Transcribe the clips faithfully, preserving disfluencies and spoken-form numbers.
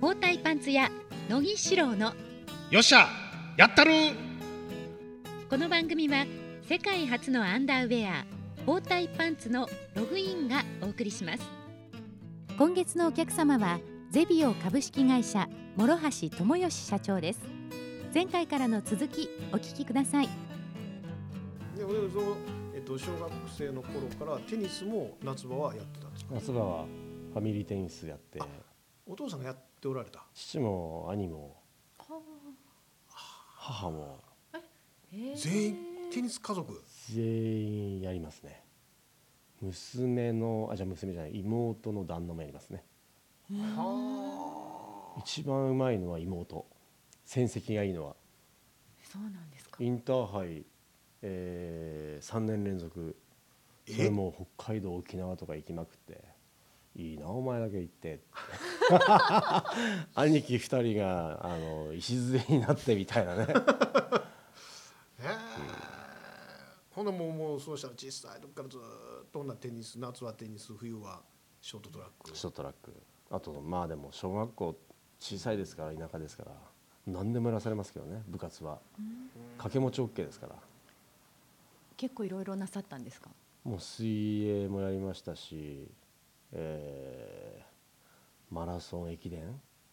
包帯パンツ屋乃木志郎のよっしゃやったる。 この番組は世界初のアンダーウェア包帯パンツのログインがお送りします。今月のお客様はゼビオ株式会社諸橋智義社長です。前回からの続きお聞きください。 で俺その、えっと、小学生の頃からテニスも夏場はやってたんですか？ 夏場はファミリーテニスやって、 お父さんがやっておられた？ 父も兄も母も全員テニス家族？ 全員やりますね。娘のあじゃあ娘じゃない妹の旦那もやりますね。 は一番うまいのは妹、戦績がいいのは。 そうなんですか。 インターハイ、えー、さんねん連続、それも北海道沖縄とか行きまくって、いいなお前だけ行って兄貴ふたりがあの礎になってみたいなね。 へえ、ほんでもう、もうそうしたら小さい時からずっとほんなテニス、夏はテニス、冬はショートトラック。 ショートトラック、あとまあでも小学校小さいですから、田舎ですから何でもやらされますけどね。部活は掛け持ち OK ですから。 結構いろいろなさったんですか？ もう水泳もやりましたし、えー、マラソン駅伝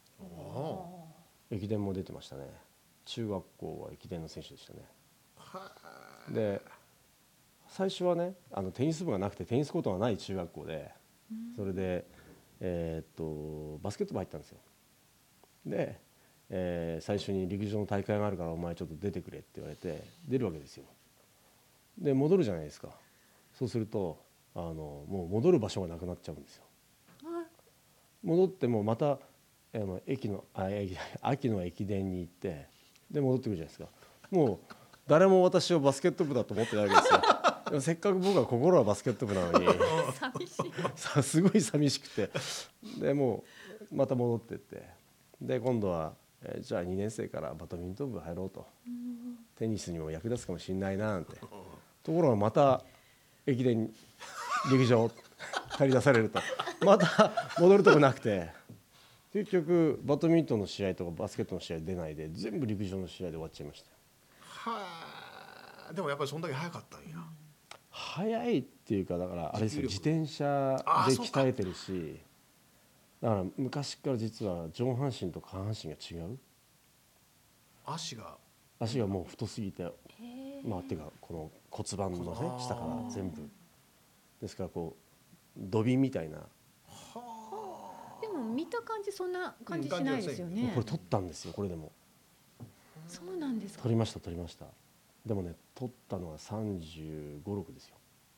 駅伝も出てましたね。中学校は駅伝の選手でしたね。で最初はね、あのテニス部がなくてテニスコートがない中学校で、それで、えー、っとバスケット部入ったんですよ。で、えー、最初に陸上の大会があるからお前ちょっと出てくれって言われて出るわけですよ。で戻るじゃないですか。そうするとあのもう戻る場所がなくなっちゃうんですよ。戻ってもまたあの駅のあ秋の駅伝に行ってで戻ってくるじゃないですか。もう誰も私をバスケット部だと思ってないわけですよ。でもせっかく僕は心はバスケット部なのに寂しいすごい寂しくて、でもうまた戻ってってで今度はえじゃあにねん生からバドミントン部入ろうと、テニスにも役立つかもしれないななんて。ところがまた駅伝陸上借り出されるとまた戻るとこなくて、結局バドミントンの試合とかバスケットの試合出ないで全部陸上の試合で終わっちゃいました。 はあ、でもやっぱりそんだけ早かったんや。 早いっていうか、だからあれですよ、自転車で鍛えてるし、だから昔から実は上半身と下半身が違う。 足が足がもう太すぎて、まあっていうかこの骨盤のね下から全部ですから、こう土瓶みたいな。 でも見た感じそんな感じしないですよね。 これ取ったんですよ。これでもそうなんですか。 取りました取りました。でもね取ったのはさんじゅうご、ろくですよ。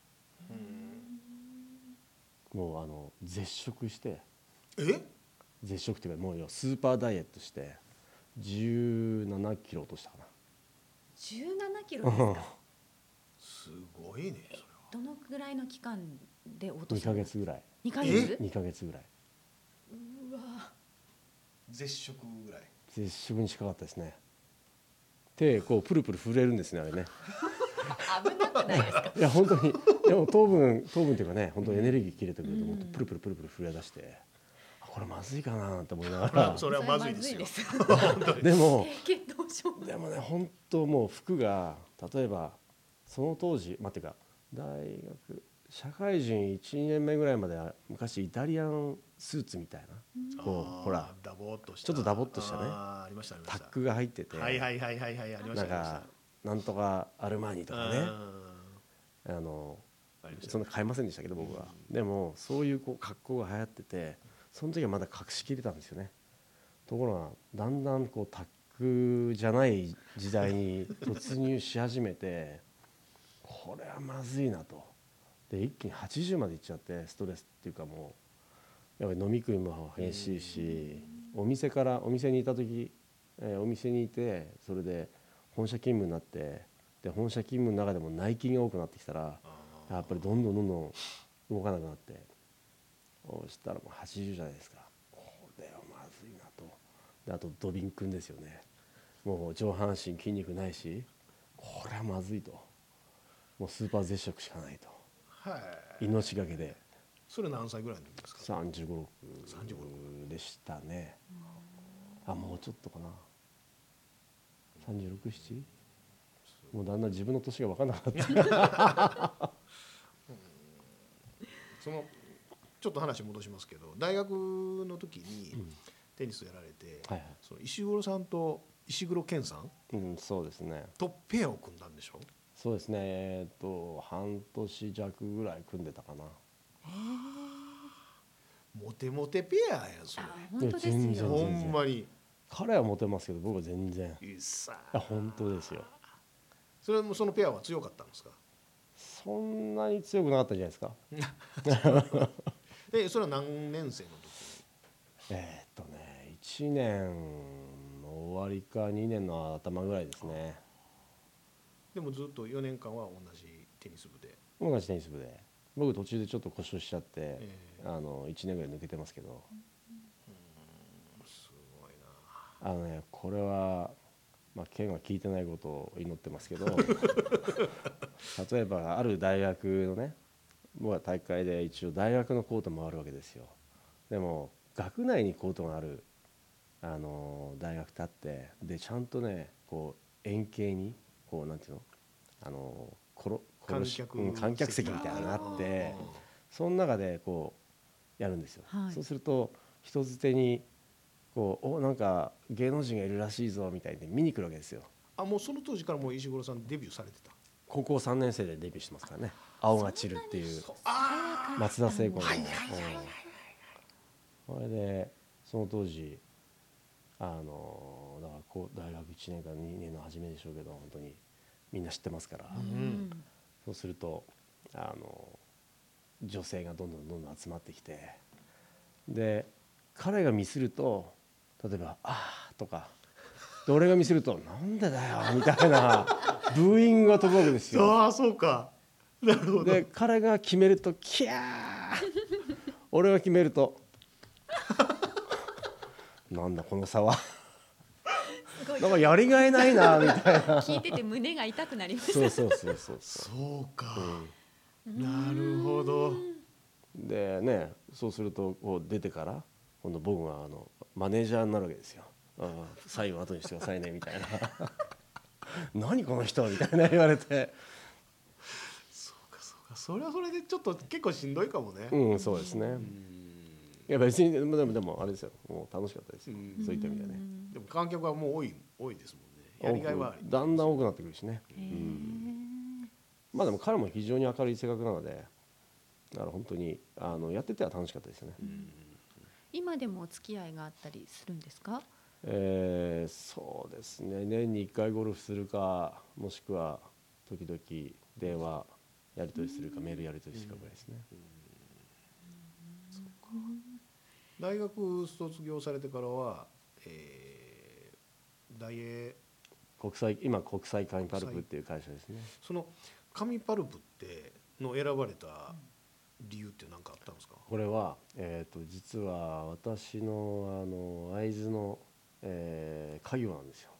もうあの絶食して、 え絶食っていうかもうスーパーダイエットしてじゅうななキロ落としたかな。 じゅうななキロですか。 すごいねそれは。 どのぐらいの期間で落とにしたの？ かげつぐらい。 にかげつ？ にかげつぐらい。 うわ。 絶食ぐらい。 絶食に近かったですね。手こうプルプル震えるんですねあれね。 危なくないですか？ いや本当に、でも糖分糖分っていうかね、本当エネルギー切れてくるともっとプルプルプルプル震え出して、あこれまずいかなと思いながら。 それはまずいですよ。 でも低血糖症。 でもね本当もう服が例えばその当時まあていうか大学社会人いち、にねんめぐらいまでは昔イタリアンスーツみたいな、こうほらダボっとしたちょっとダボっとしたねありましたありました。 タックが入ってて、 はいはいはいはいはいありました。 なんかなんとかアルマーニとかね、あのそんな買えませんでしたけど僕は。でもそういうこう格好が流行ってて、その時はまだ隠しきれたんですよね。ところがだんだんこうタックじゃない時代に突入し始めてこれはまずいなと。で一気にはちじゅうまでいっちゃって、ストレスっていうかもうやっぱり飲み食いも激しいし、お店からお店にいた時、えー、お店にいてそれで本社勤務になって、で本社勤務の中でも内勤が多くなってきたらやっぱりどんどんどんどん動かなくなって、そしたらもうはちじゅうじゃないですか。これはまずいなと。であとドビン君ですよね。もう上半身筋肉ないし、これはまずいと、もうスーパー絶食しかないと、 はい、 命がけで。 それ何歳ぐらいの時ですか？ さんじゅうご、ろくでしたね。 あもうちょっとかなさんじゅうろく、ななもうだんだん自分の年が分かんなくなってそのちょっと話戻しますけど、大学の時にテニスやられて、 はいはいその石黒さんと石黒健さんうんそうですねとペアを組んだんでしょ。 そうですねえっと半年弱ぐらい組んでたかな。 モテモテペアやそれ。 あ本当ですいや全然よ。 ほんまに彼はモテますけど僕は全然いいっさや本当ですよ。 それもそのペアは強かったんですか。 そんなに強くなかったんじゃないですか。 でそれは何年生の時に。 えーっとねいちねんの終わりかにねんの頭ぐらいですね。 でもずっとよねんかんは同じテニス部で。 同じテニス部で僕途中でちょっと故障しちゃって、 えあのいちねんぐらい抜けてますけど、 ー、すごいな。 あのねこれはまあケンは聞いてないことを祈ってますけど例えばある大学のね僕は大会で一応大学のコートもあるわけですよ。でも学内にコートがあるあの大学ってあって、でちゃんとねこう円形にこうなんていうのあのころ観客うん観客席みたいなのがあってあその中でこうやるんですよ。 はいそうすると人づてにこうおなんか芸能人がいるらしいぞみたいで見に来るわけですよ。 あもうその当時からもう石黒さんデビューされてた。 高校さんねん生でデビューしてますからね。青が散るっていうあ松田聖子の、 はいはいはいはいうん、それでその当時あのだからこう大学いちねんかにねんの初めでしょうけど本当にみんな知ってますから、 うんそうするとあの女性がどんどんどんどん集まってきて、で彼がミスると例えば「ああ」とかで俺がミスると「なんでだよ」みたいなブーイングが飛ぶわけですよ。 ああそうか。なるほど。 で彼が決めると「キャー」俺が決めると「なんだこの差は」 すごいなんかやりがいないなみたいな聞いてて胸が痛くなりました。 そうそうそうそうそそうか、 う、 なるほど。 うん、でねそうするとこう出てから今度僕があのマネージャーになるわけですよ。ああサインを後にしてくださいねみたいな何この人みたいな言われてそうかそうか。それはそれでちょっと結構しんどいかもね。 うんそうですね。いや別にでもでもでもあれですよもう楽しかったですよ、 うんそういった意味ではね。 でも観客はもう多い多いですもんね。やりがいはあり。 だんだん多くなってくるしね、 へーうんまあでも彼も非常に明るい性格なのでだから本当にあのやってては楽しかったですよね。 今でもお付き合いがあったりするんですか？ えーそうですね年にいっかいゴルフするかもしくは時々電話やり取りするかメールやり取りするかぐらいですね。 大学卒業されてからは、えー、大英国際今国際紙パルプっていう会社ですね。 その紙パルプっての選ばれた理由って何かあったんですか。 これは、えー、と実は私のあの会津の、えー家業なんですよ。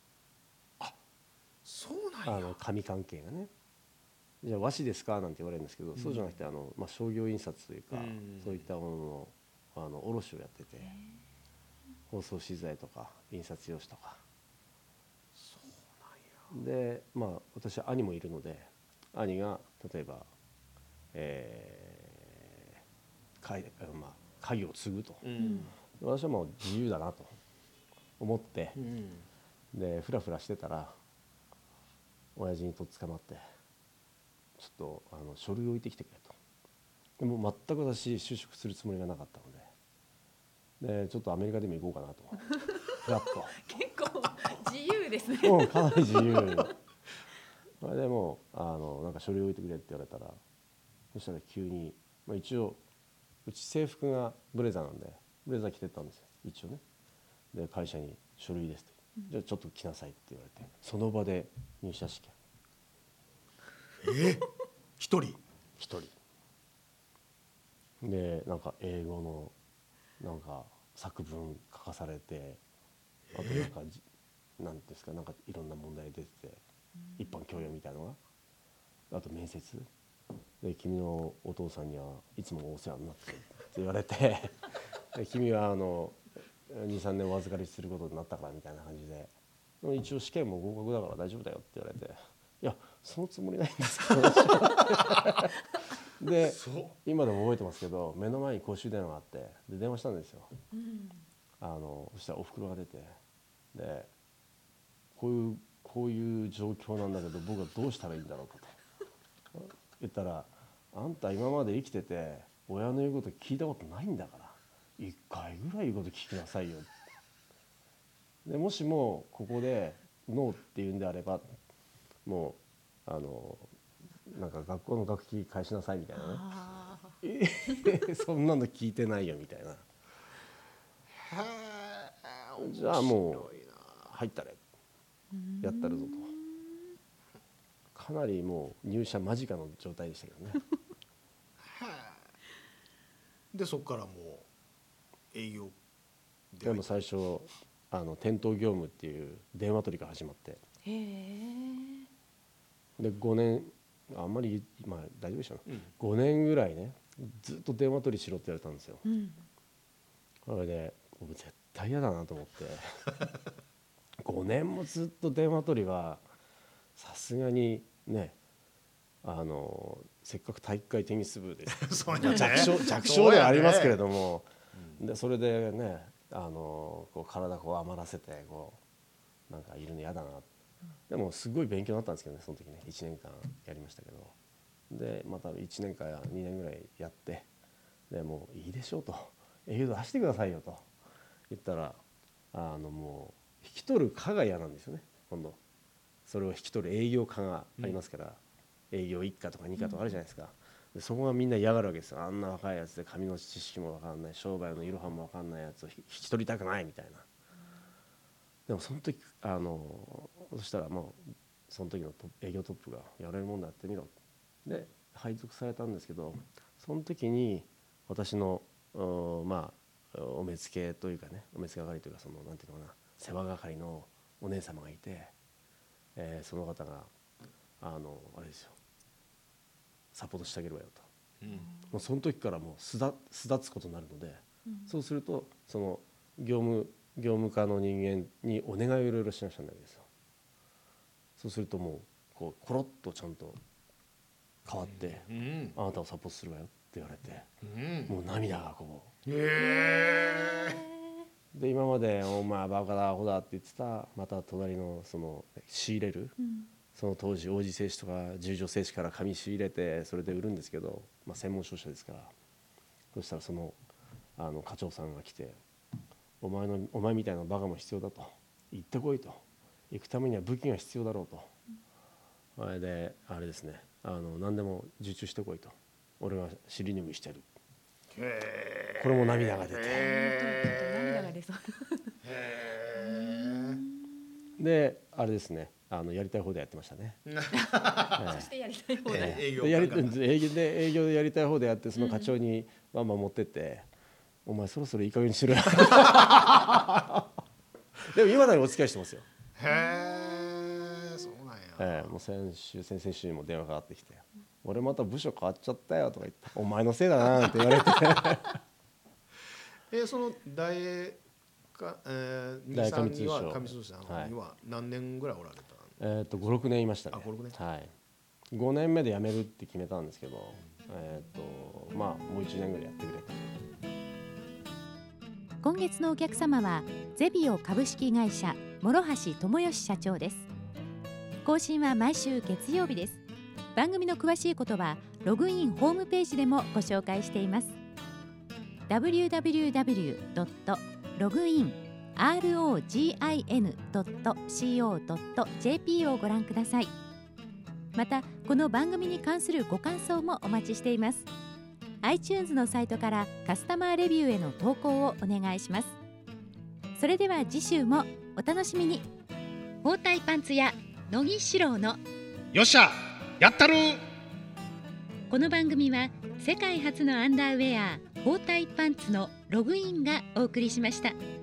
そうなんや。 あの紙関係がね。じゃあ和紙ですかなんて言われるんですけど、そうじゃなくてあの、まあ、商業印刷というか、 うんそういったもののあの卸をやってて、包装資材とか印刷用紙とかそうなんや。 で、まあ私は兄もいるので兄が例えば、えーかいまあ、家業を継ぐと、 うん私はもう自由だなと思ってうんでフラフラしてたら親父にとっ捕まってちょっとあの書類を置いてきてくれと。でも全く私就職するつもりがなかったのででちょっとアメリカでも行こうかなとフラッと結構自由ですね。 もうかなり自由にそれでもうあのなんか書類置いてくれって言われたらそしたら急に、まあ、一応うち制服がブレザーなんでブレザー着てったんですよ一応ね。で会社に書類ですと、じゃあちょっと来なさいって言われてその場で入社試験え一人一人でなんか英語のなんか作文書かされてあとなんかじなんですかなんかいろんな問題出てて一般教養みたいのがあと面接で君のお父さんにはいつもお世話になってるって言われてで君はあのにさんねんお預かりすることになったからみたいな感じで、一応試験も合格だから大丈夫だよって言われて、いやそのつもりないんですけどで今でも覚えてますけど、目の前に公衆電話があって、で電話したんですよ、うん、あのそしたらおふくろが出て、でこういうこういう状況なんだけど僕はどうしたらいいんだろうかと言ったら、あんた今まで生きてて親の言うこと聞いたことないんだからいっかいぐらい言うこと聞きなさいよ。でもしもここでノーって言うんであれば、もうあのなんか学校の学費返しなさいみたいなねそんなの聞いてないよみたいな。じゃあもう入ったれやったるぞと。かなりもう入社間近の状態でしたけどねでそこからもう営業でも最初あの店頭業務っていう電話取りが始まって、 へでごねんあんまりまあ大丈夫でしょう、うん、ごねんぐらいねずっと電話取りしろって言われたんですよ、うん、それで僕絶対嫌だなと思ってごねんもずっと電話取りはさすがにね、あのせっかく体育会テニス部でそう、ね、弱小弱小ではありますけれども、ね、でそれでね、あのこう体こう余らせてこうなんかいるの嫌だな、でもすごい勉強になったんですけどね、その時ねいちねんかんやりましたけど、でまたいちねんかにねんぐらいやって、でもういいでしょうと、営業出してくださいよと言ったら、あのもう引き取る課が嫌なんですよね。今度それを引き取る営業課がありますから、うん、営業いっ課とかに課とかあるじゃないですか、でそこがみんな嫌がるわけですよ。あんな若いやつで紙の知識も分かんない、商売のいろはも分かんないやつを引き取りたくないみたいな。でもその時あのそしたらもうその時の営業トップがやれるもんだやってみろで配属されたんですけど、その時に私のまあお目付けというかね、お目付け係というか、そのなんていうのかな、世話係のお姉様がいて、えー、その方があのあれですよ、サポートしてあげるわよと、うん、もうその時からもう巣立つことになるので、うん、そうするとその業務業務課の人間にお願いをいろいろしなくちゃならないわけですよ。そうするともうこうコロッとちゃんと変わって、うん、あなたをサポートするわよって言われて、うん、もう涙がこう、へーで今までお前バカだアホだって言ってた、また隣のその仕入れる、うん、その当時王子製紙とか十条製紙から紙仕入れてそれで売るんですけど、まあ、専門商社ですから、そしたらそのあの課長さんが来て、お前のお前みたいなバカも必要だと、行ってこいと、行くためには武器が必要だろうと、あれであれですね、あの何でも受注してこいと、俺が尻拭いしてやる。へー、これも涙が出て、涙が出そうへーであれですね、あのやりたい方でやってましたねそしてやりたい方で営業で営業でやりたい方でやって、その課長にバンバン持ってって、お前そろそろいい加減にしろよでも今だにお付き合いしてますよ。へえ、そうなんや、えー、もう先週先々週にも電話かかってきて、俺また部署変わっちゃったよとか言って、お前のせいだなって言われてえー、その大栄か、えー、にさんには上須さんには何年ぐらいおられたの？ えー、っとごろくねんいましたね。 あ、ごろくねん、 はい、ごねんめで辞めるって決めたんですけど、えー、っとまあもういちねんぐらいやってくれと。 今月のお客様はゼビオ株式会社諸橋智義社長です。更新は毎週月曜日です。番組の詳しいことはログインホームページでもご紹介しています。 ダブリューダブリューダブリュードットログイン ログイン ドット コー ドット ジェーピー をご覧ください。またこの番組に関するご感想もお待ちしています。iTunes のサイトからカスタマーレビューへの投稿をお願いします。それでは次週もお楽しみに。包帯パンツ屋乃木志郎のよっしゃやったる。 この番組は世界初のアンダーウェア包帯パンツのログインがお送りしました。